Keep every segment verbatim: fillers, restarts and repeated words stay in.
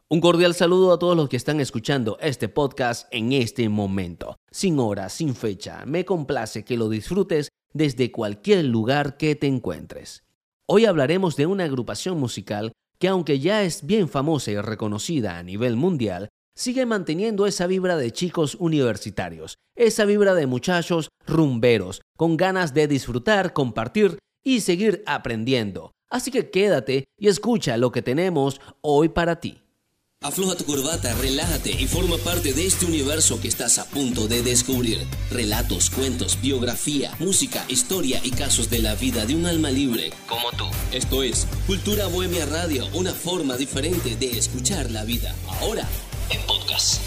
Un cordial saludo a todos los que están escuchando este podcast en este momento. Sin hora, sin fecha, me complace que lo disfrutes desde cualquier lugar que te encuentres. Hoy hablaremos de una agrupación musical que, aunque ya es bien famosa y reconocida a nivel mundial, sigue manteniendo esa vibra de chicos universitarios, esa vibra de muchachos rumberos, con ganas de disfrutar, compartir y seguir aprendiendo. Así que quédate y escucha lo que tenemos hoy para ti. Afloja tu corbata, relájate y forma parte de este universo que estás a punto de descubrir. Relatos, cuentos, biografía, música, historia y casos de la vida de un alma libre como tú. Esto es Cultura Bohemia Radio, una forma diferente de escuchar la vida. Ahora, en podcast.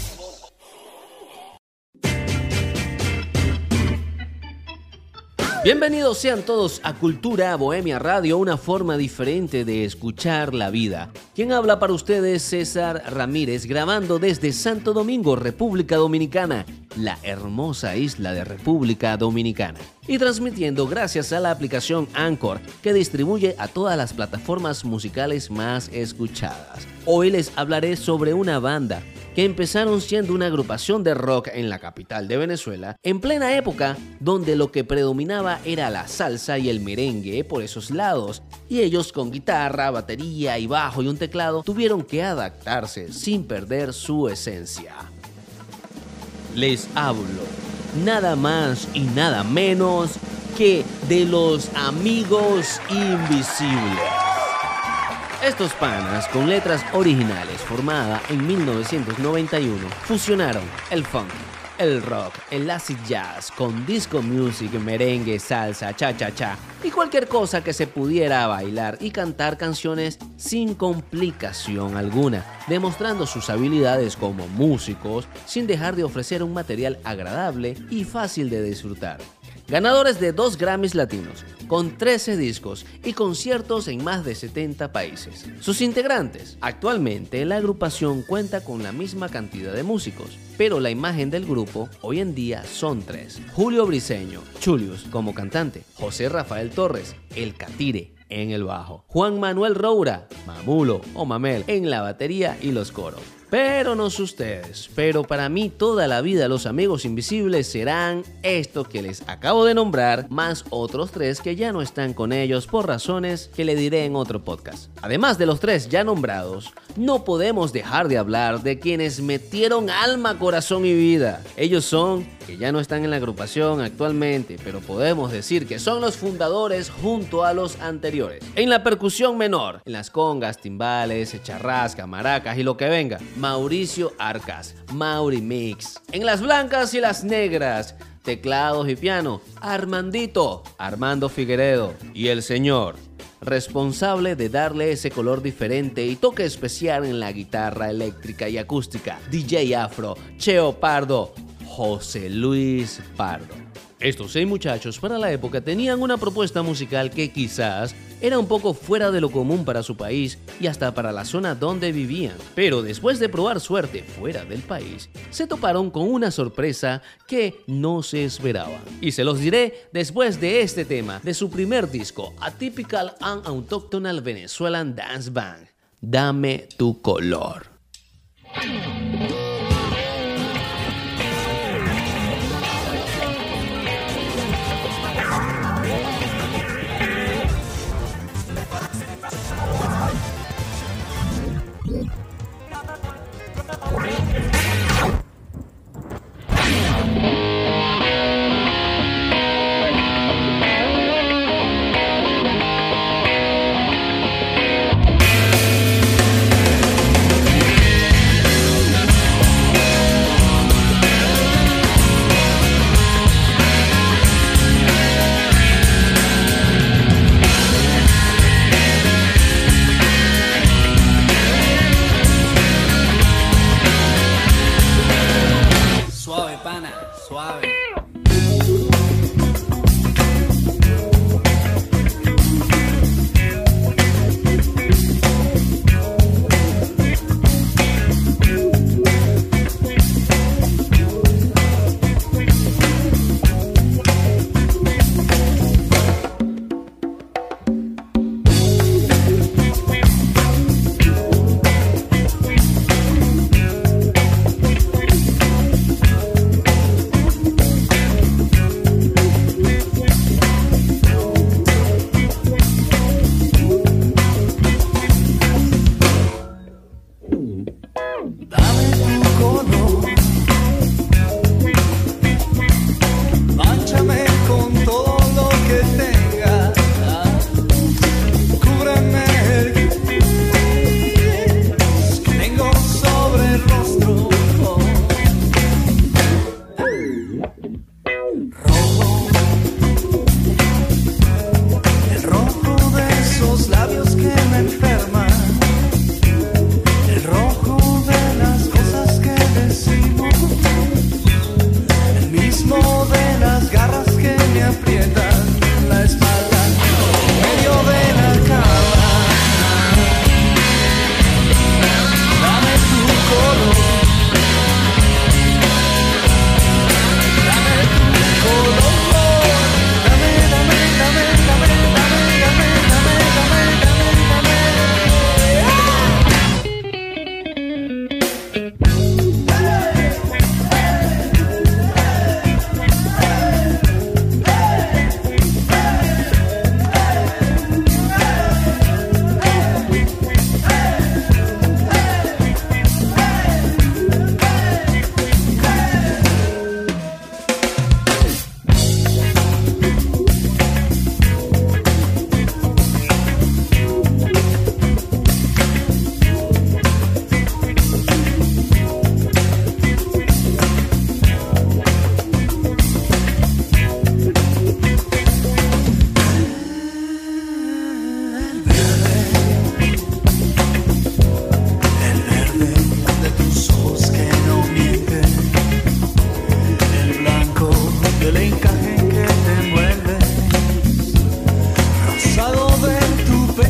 Bienvenidos sean todos a Cultura Bohemia Radio, una forma diferente de escuchar la vida. Quien habla para ustedes, César Ramírez, grabando desde Santo Domingo, República Dominicana, la hermosa isla de República Dominicana. Y transmitiendo gracias a la aplicación Anchor, que distribuye a todas las plataformas musicales más escuchadas. Hoy les hablaré sobre una banda que empezaron siendo una agrupación de rock en la capital de Venezuela, en plena época donde lo que predominaba era la salsa y el merengue por esos lados, y ellos con guitarra, batería y bajo y un teclado tuvieron que adaptarse sin perder su esencia. Les hablo nada más y nada menos que de los Amigos Invisibles. Estos panas, con letras originales, formada en mil novecientos noventa y uno, fusionaron el funk, el rock, el acid jazz con disco music, merengue, salsa, cha-cha-cha y cualquier cosa que se pudiera bailar y cantar canciones sin complicación alguna, demostrando sus habilidades como músicos sin dejar de ofrecer un material agradable y fácil de disfrutar. Ganadores de dos Grammys latinos, con trece discos y conciertos en más de setenta países. Sus integrantes. Actualmente la agrupación cuenta con la misma cantidad de músicos, pero la imagen del grupo hoy en día son tres. Julio Briceño, Chulius como cantante, José Rafael Torres, el Catire en el bajo, Juan Manuel Roura, Mamulo o Mamel en la batería y los coros. Pero no sé ustedes, pero para mí toda la vida los Amigos Invisibles serán esto que les acabo de nombrar, más otros tres que ya no están con ellos por razones que le diré en otro podcast. Además de los tres ya nombrados, no podemos dejar de hablar de quienes metieron alma, corazón y vida. Ellos son, que ya no están en la agrupación actualmente, pero podemos decir que son los fundadores junto a los anteriores. En la percusión menor, en las congas, timbales, charrasca, maracas y lo que venga, Mauricio Arcas, Mauri Mix. En las blancas y las negras, teclados y piano, Armandito, Armando Figueredo. Y el señor, responsable de darle ese color diferente y toque especial en la guitarra eléctrica y acústica, D J Afro, Cheo Pardo, José Luis Pardo. Estos seis muchachos para la época tenían una propuesta musical que quizás era un poco fuera de lo común para su país y hasta para la zona donde vivían. Pero después de probar suerte fuera del país, se toparon con una sorpresa que no se esperaban. Y se los diré después de este tema de su primer disco, Atypical and Autochthonal Venezuelan Dance Band, Dame tu color.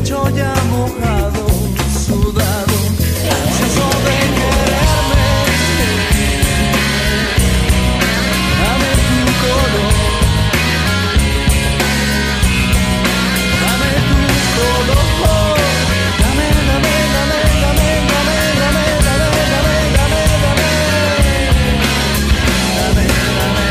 pecho ya mojado, sudado, ansioso de quererme. Dame tu color, dame tu color, dame, dame, dame, dame, dame, dame, dame, dame, dame, dame, dame, dame.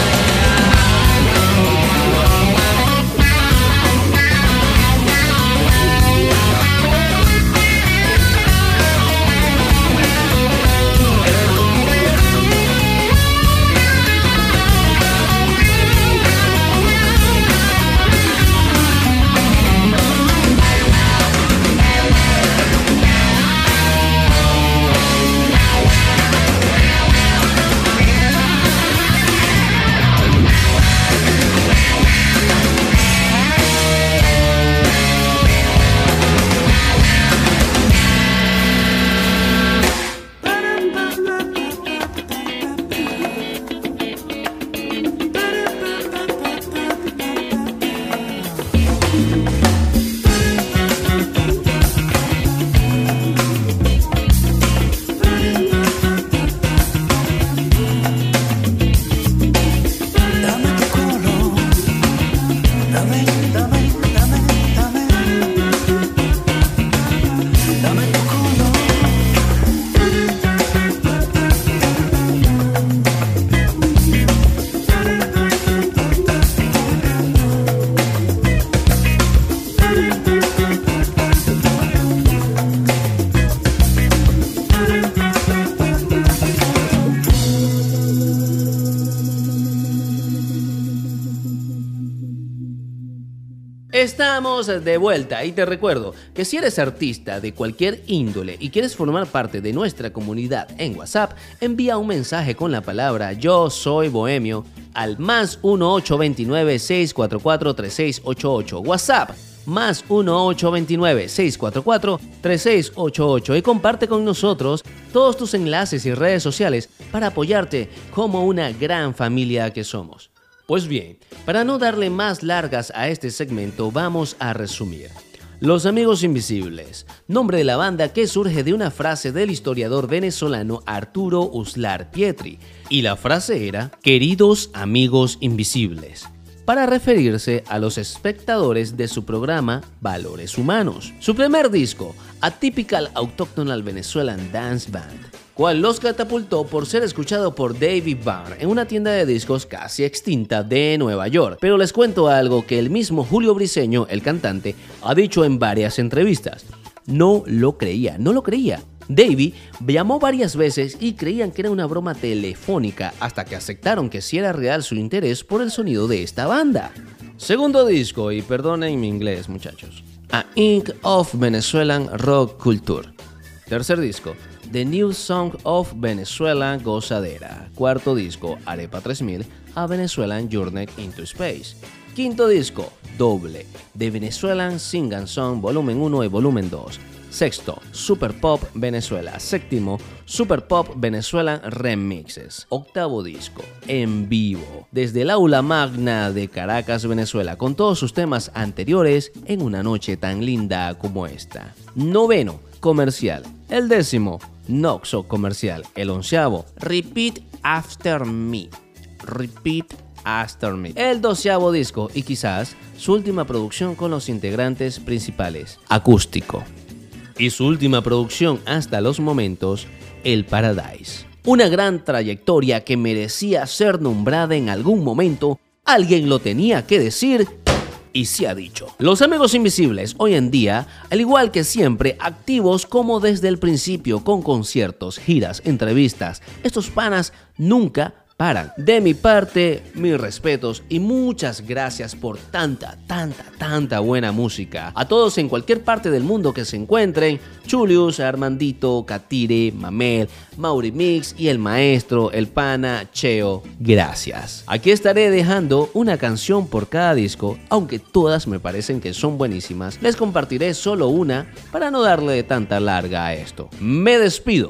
Estamos de vuelta y te recuerdo que si eres artista de cualquier índole y quieres formar parte de nuestra comunidad en WhatsApp, envía un mensaje con la palabra Yo Soy Bohemio al más uno ocho dos nueve, seis cuatro cuatro, tres seis ocho ocho. WhatsApp más uno ocho dos nueve, seis cuatro cuatro, tres seis ocho ocho y comparte con nosotros todos tus enlaces y redes sociales para apoyarte como una gran familia que somos. Pues bien, para no darle más largas a este segmento, vamos a resumir. Los Amigos Invisibles, nombre de la banda que surge de una frase del historiador venezolano Arturo Uslar Pietri, y la frase era "Queridos amigos invisibles", para referirse a los espectadores de su programa Valores Humanos. Su primer disco, A Typical Autochthonal Venezuelan Dance Band, cual los catapultó por ser escuchado por David Byrne en una tienda de discos casi extinta de Nueva York. Pero les cuento algo que el mismo Julio Briceño, el cantante, ha dicho en varias entrevistas. No lo creía, no lo creía. Davey llamó varias veces y creían que era una broma telefónica hasta que aceptaron que sí era real su interés por el sonido de esta banda. Segundo disco, y perdonen mi inglés muchachos, A Ink of Venezuelan Rock Culture. Tercer disco, The New Song of Venezuela Gozadera. Cuarto disco, Arepa tres mil, A Venezuelan Journey into Space. Quinto disco, Doble, The Venezuelan Sing and Song Volumen uno y Volumen dos. Sexto, Super Pop Venezuela. Séptimo, Super Pop Venezuelan Remixes. Octavo disco, En Vivo, desde el Aula Magna de Caracas, Venezuela, con todos sus temas anteriores en una noche tan linda como esta. Noveno, Comercial. El décimo, Noxo Comercial. El onceavo, Repeat After Me. Repeat After Me. El doceavo disco y quizás su última producción con los integrantes principales, Acústico. Y su última producción hasta los momentos, El Paradise. Una gran trayectoria que merecía ser nombrada en algún momento. Alguien lo tenía que decir y se ha dicho. Los Amigos Invisibles hoy en día, al igual que siempre, activos como desde el principio con conciertos, giras, entrevistas. Estos panas nunca paran. De mi parte, mis respetos y muchas gracias por tanta, tanta, tanta buena música. A todos en cualquier parte del mundo que se encuentren, Chulius, Armandito, Katire, Mamel, Mauri Mix y el maestro, el pana, Cheo, gracias. Aquí estaré dejando una canción por cada disco, aunque todas me parecen que son buenísimas. Les compartiré solo una para no darle tanta larga a esto. Me despido.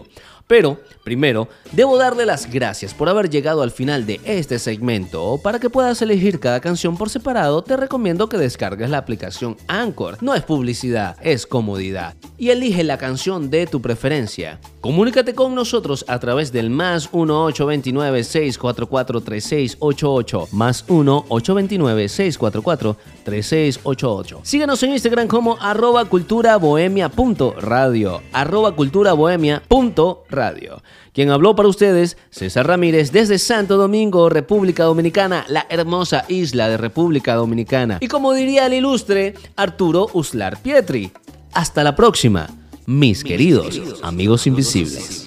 Pero, primero, debo darle las gracias por haber llegado al final de este segmento. Para que puedas elegir cada canción por separado, te recomiendo que descargues la aplicación Anchor. No es publicidad, es comodidad. Y elige la canción de tu preferencia. Comunícate con nosotros a través del más uno ocho dos nueve, seis cuatro cuatro, tres seis ocho ocho, más uno ocho dos nueve, seis cuatro cuatro, tres seis ocho ocho. Síguenos en Instagram como arroba culturabohemia.radio, arroba culturabohemia.radio. Quien habló para ustedes, César Ramírez, desde Santo Domingo, República Dominicana, la hermosa isla de República Dominicana. Y como diría el ilustre Arturo Uslar Pietri, hasta la próxima, mis, mis queridos, queridos amigos invisibles.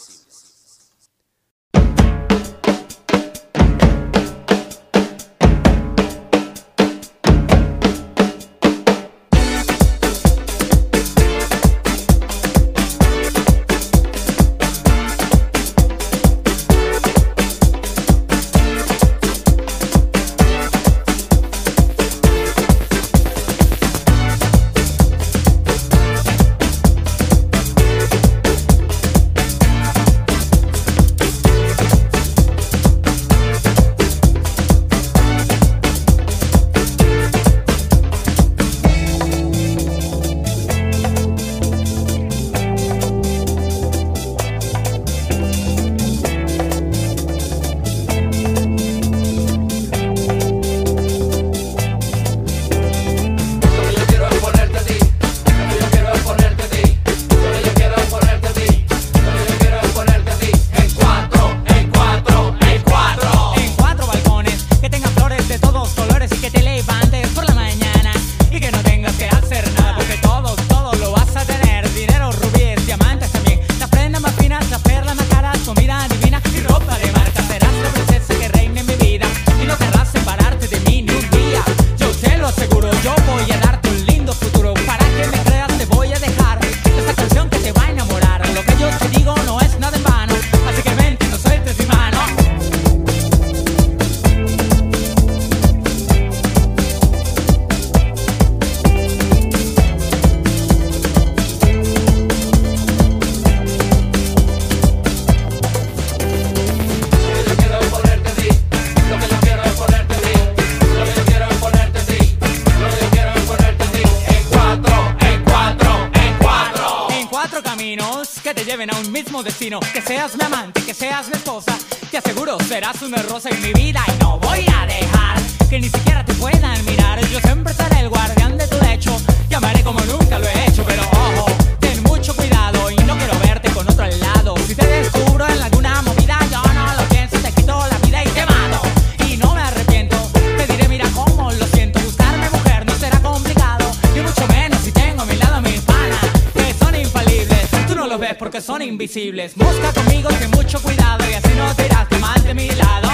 Destino, que seas mi amante, que seas mi esposa, te aseguro serás una rosa en mi vida y no voy a dejar que ni siquiera te puedan mirar. Yo siempre seré el guardián de tu lecho, te amaré como nunca lo he hecho, pero ojo, ten mucho cuidado y no quiero verte con otro al lado. Si te descubro en alguna movida, yo no lo pienso, te quito la vida y te mato. Y no me arrepiento, te diré mira cómo lo siento. Buscarme mujer no será complicado, y mucho menos si tengo a mi lado a mis panas, que son infalibles. Tú no los ves porque son invisibles. Busca conmigo, ten mucho cuidado y así no te irás mal de mi lado.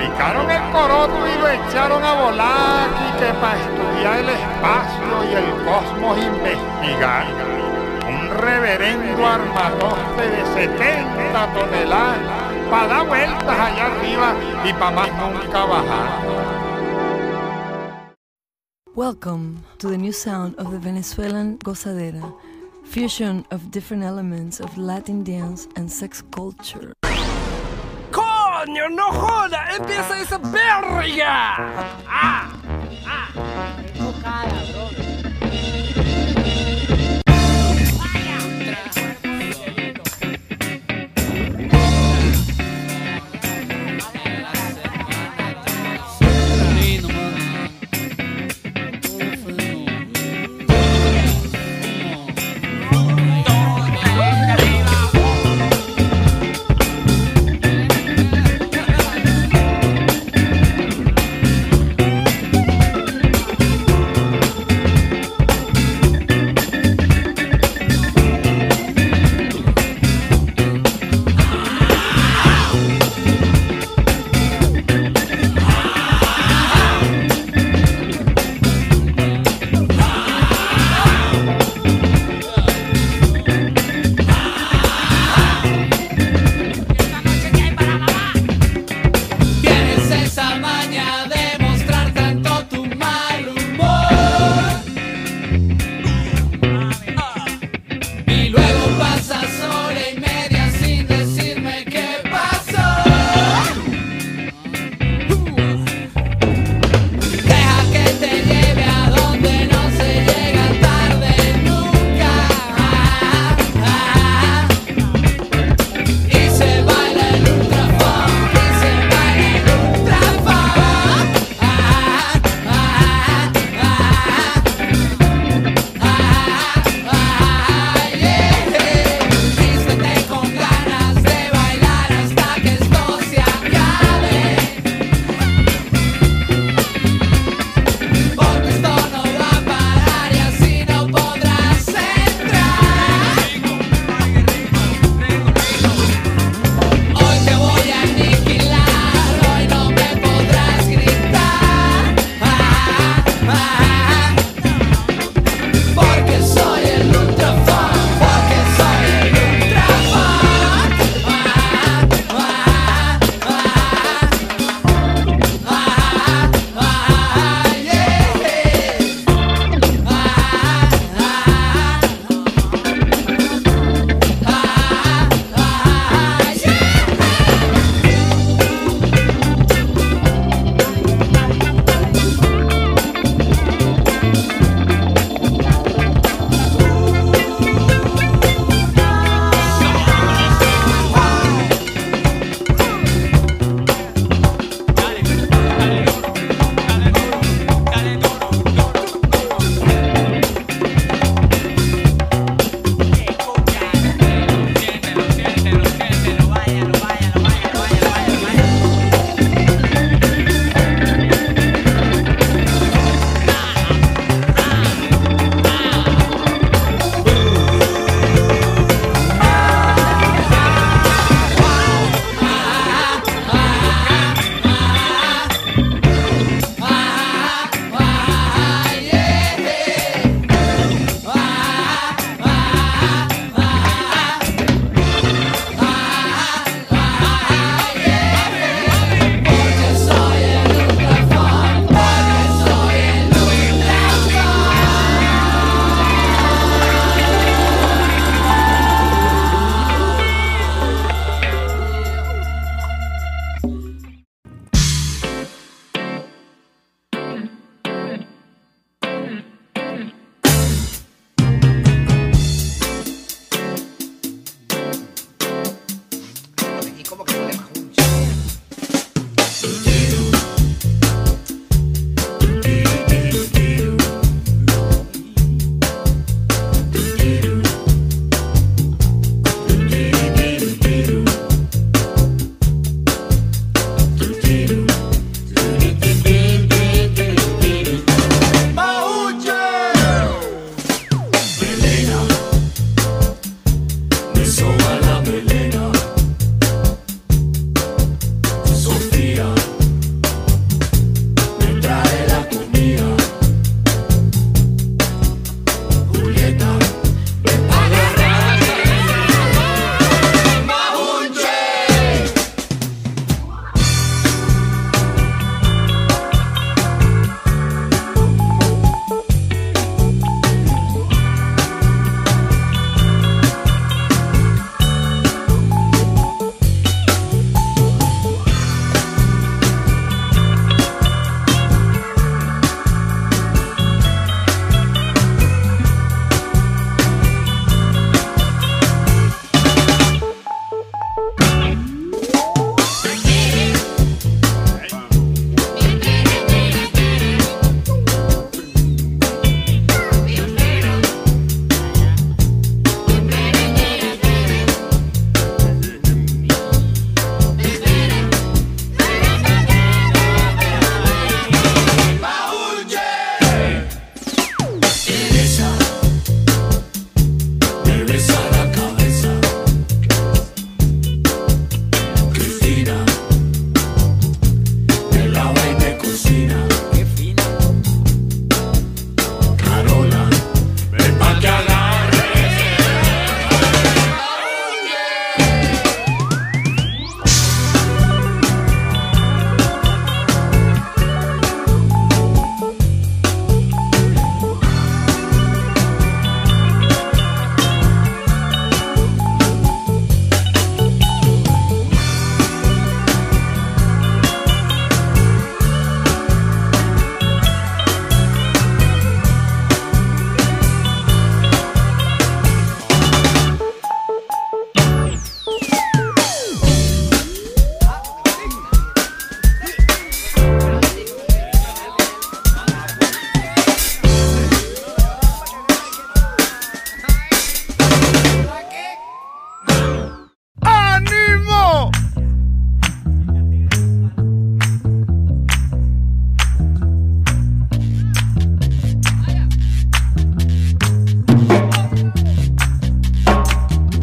picaron el coroto y lo echaron a volar y que para estudiar el espacio y el cosmos investigar. Un reverendo armatoste de setenta toneladas para dar vueltas allá arriba y para más nunca bajar. Welcome to the new sound of the Venezuelan gozadera, fusion of different elements of Latin dance and sex culture. ¡Coño, no joda! ¡Empieza esa verga! ¡Ah! ¡Ah! No cara, brother.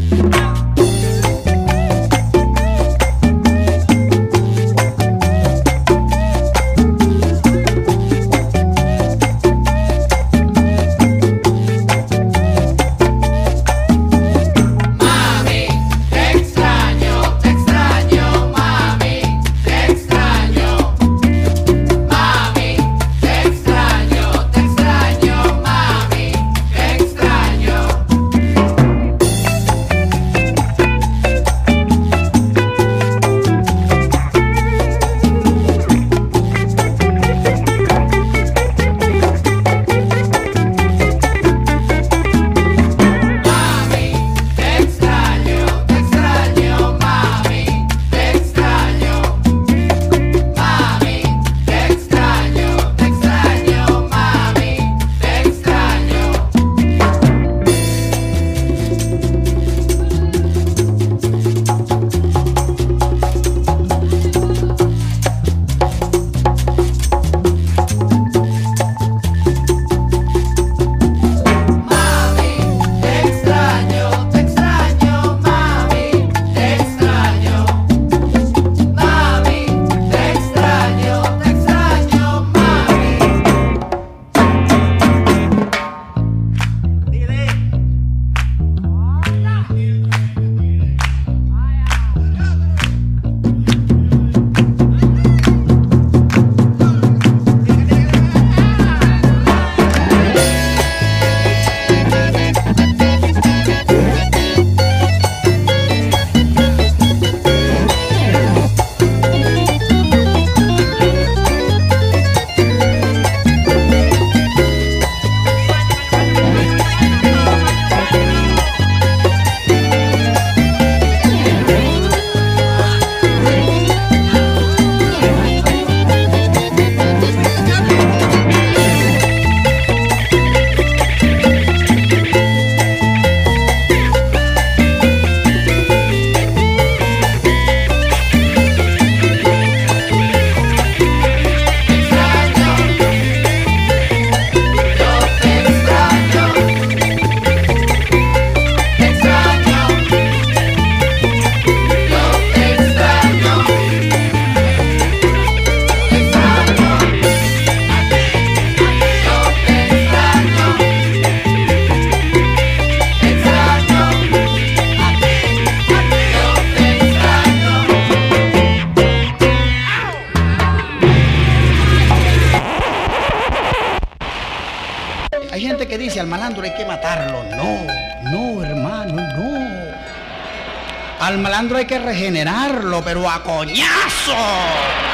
Hay gente que dice al malandro hay que matarlo. No, no, hermano, no. Al malandro hay que regenerarlo, pero a coñazo.